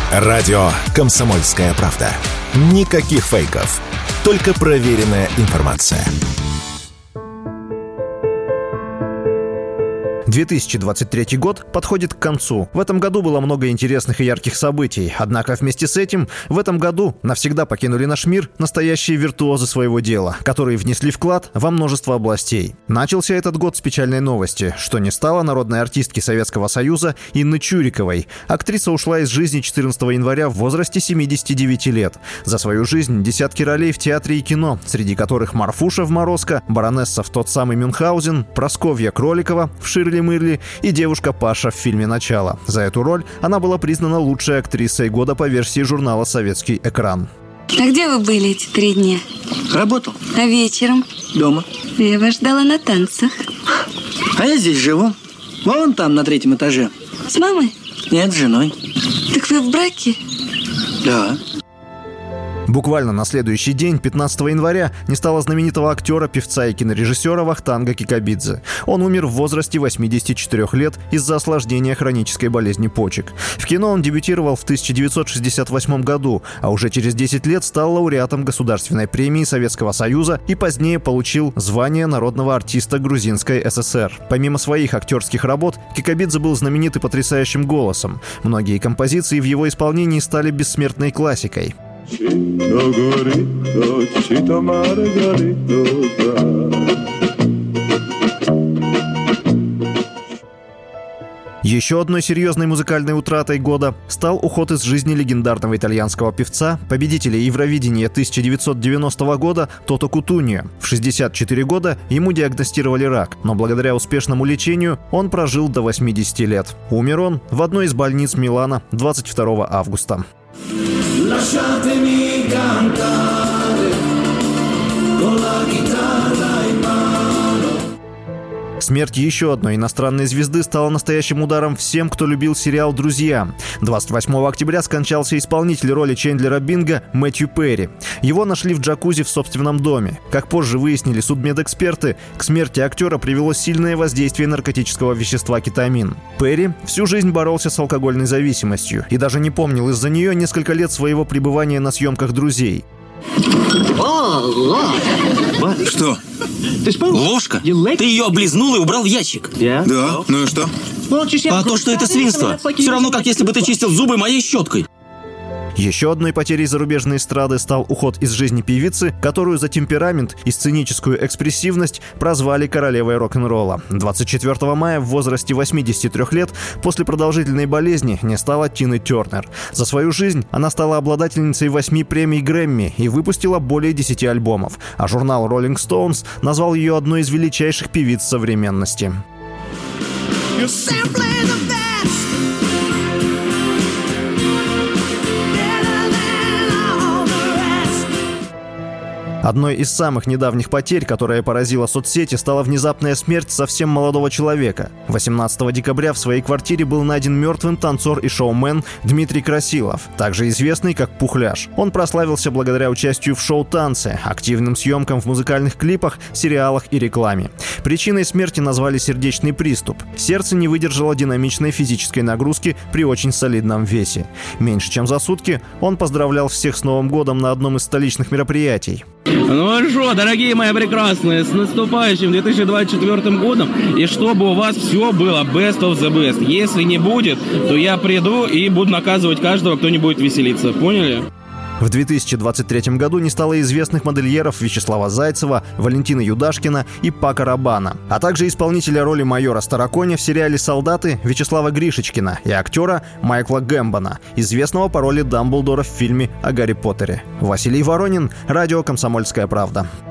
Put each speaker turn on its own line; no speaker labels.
Радио «Комсомольская правда». Никаких фейков. Только проверенная информация.
2023 год подходит к концу. В этом году было много интересных и ярких событий. Однако вместе с этим в этом году навсегда покинули наш мир настоящие виртуозы своего дела, которые внесли вклад во множество областей. Начался этот год с печальной новости, что не стало народной артистки Советского Союза Инны Чуриковой. Актриса ушла из жизни 14 января в возрасте 79 лет. За свою жизнь десятки ролей в театре и кино, среди которых Марфуша в «Морозко», баронесса в «Тот самый Мюнхгаузен», Прасковья Кроликова в «Ширли-мырли» и девушка Паша в фильме «Начало». За эту роль она была признана лучшей актрисой года по версии журнала «Советский экран».
А где вы были эти 3 дня?
Работал.
А вечером?
Дома.
Я вас ждала на танцах.
А я здесь живу. Вон там, на 3-м этаже.
С мамой?
Нет, с женой.
Так вы в браке?
Да.
Буквально на следующий день, 15 января, не стало знаменитого актера, певца и кинорежиссера Вахтанга Кикабидзе. Он умер в возрасте 84 лет из-за осложнения хронической болезни почек. В кино он дебютировал в 1968 году, а уже через 10 лет стал лауреатом Государственной премии Советского Союза и позднее получил звание народного артиста Грузинской ССР. Помимо своих актерских работ, Кикабидзе был знаменит и потрясающим голосом. Многие композиции в его исполнении стали бессмертной классикой. Еще одной серьезной музыкальной утратой года стал уход из жизни легендарного итальянского певца, победителя Евровидения 1990 года Тото Кутуньо. В 64 года ему диагностировали рак, но благодаря успешному лечению он прожил до 80 лет. Умер он в одной из больниц Милана 22 августа.
Lasciatemi cantare con la chitarra in mano.
Смерть еще одной иностранной звезды стала настоящим ударом всем, кто любил сериал «Друзья». 28 октября скончался исполнитель роли Чендлера Бинга Мэтью Перри. Его нашли в джакузи в собственном доме. Как позже выяснили судмедэксперты, к смерти актера привело сильное воздействие наркотического вещества кетамин. Перри всю жизнь боролся с алкогольной зависимостью и даже не помнил из-за нее несколько лет своего пребывания на съемках «Друзей».
Что? Ложка? Ты ее облизнул и убрал в ящик.
Да?
Ну и что? А то, что это свинство. Все равно, как если бы ты чистил зубы моей щеткой.
Еще одной потерей зарубежной эстрады стал уход из жизни певицы, которую за темперамент и сценическую экспрессивность прозвали королевой рок-н-ролла. 24 мая в возрасте 83 лет после продолжительной болезни не стало Тины Тернер. За свою жизнь она стала обладательницей 8 премий Грэмми и выпустила более 10 альбомов, а журнал Rolling Stones назвал ее одной из величайших певиц современности. Одной из самых недавних потерь, которая поразила соцсети, стала внезапная смерть совсем молодого человека. 18 декабря в своей квартире был найден мертвым танцор и шоумен Дмитрий Красилов, также известный как Пухляш. Он прославился благодаря участию в шоу «Танцы», активным съемкам в музыкальных клипах, сериалах и рекламе. Причиной смерти назвали сердечный приступ. Сердце не выдержало динамичной физической нагрузки при очень солидном весе. Меньше чем за сутки он поздравлял всех с Новым годом на одном из столичных мероприятий.
Ну что, дорогие мои прекрасные, с наступающим 2024 годом, и чтобы у вас все было best of the best. Если не будет, то я приду и буду наказывать каждого, кто не будет веселиться. Поняли?
В 2023 году не стало известных модельеров Вячеслава Зайцева, Валентина Юдашкина и Пака Рабана, а также исполнителя роли майора Староконя в сериале «Солдаты» Вячеслава Гришечкина и актера Майкла Гэмбона, известного по роли Дамблдора в фильме о Гарри Поттере. Василий Воронин, радио «Комсомольская правда».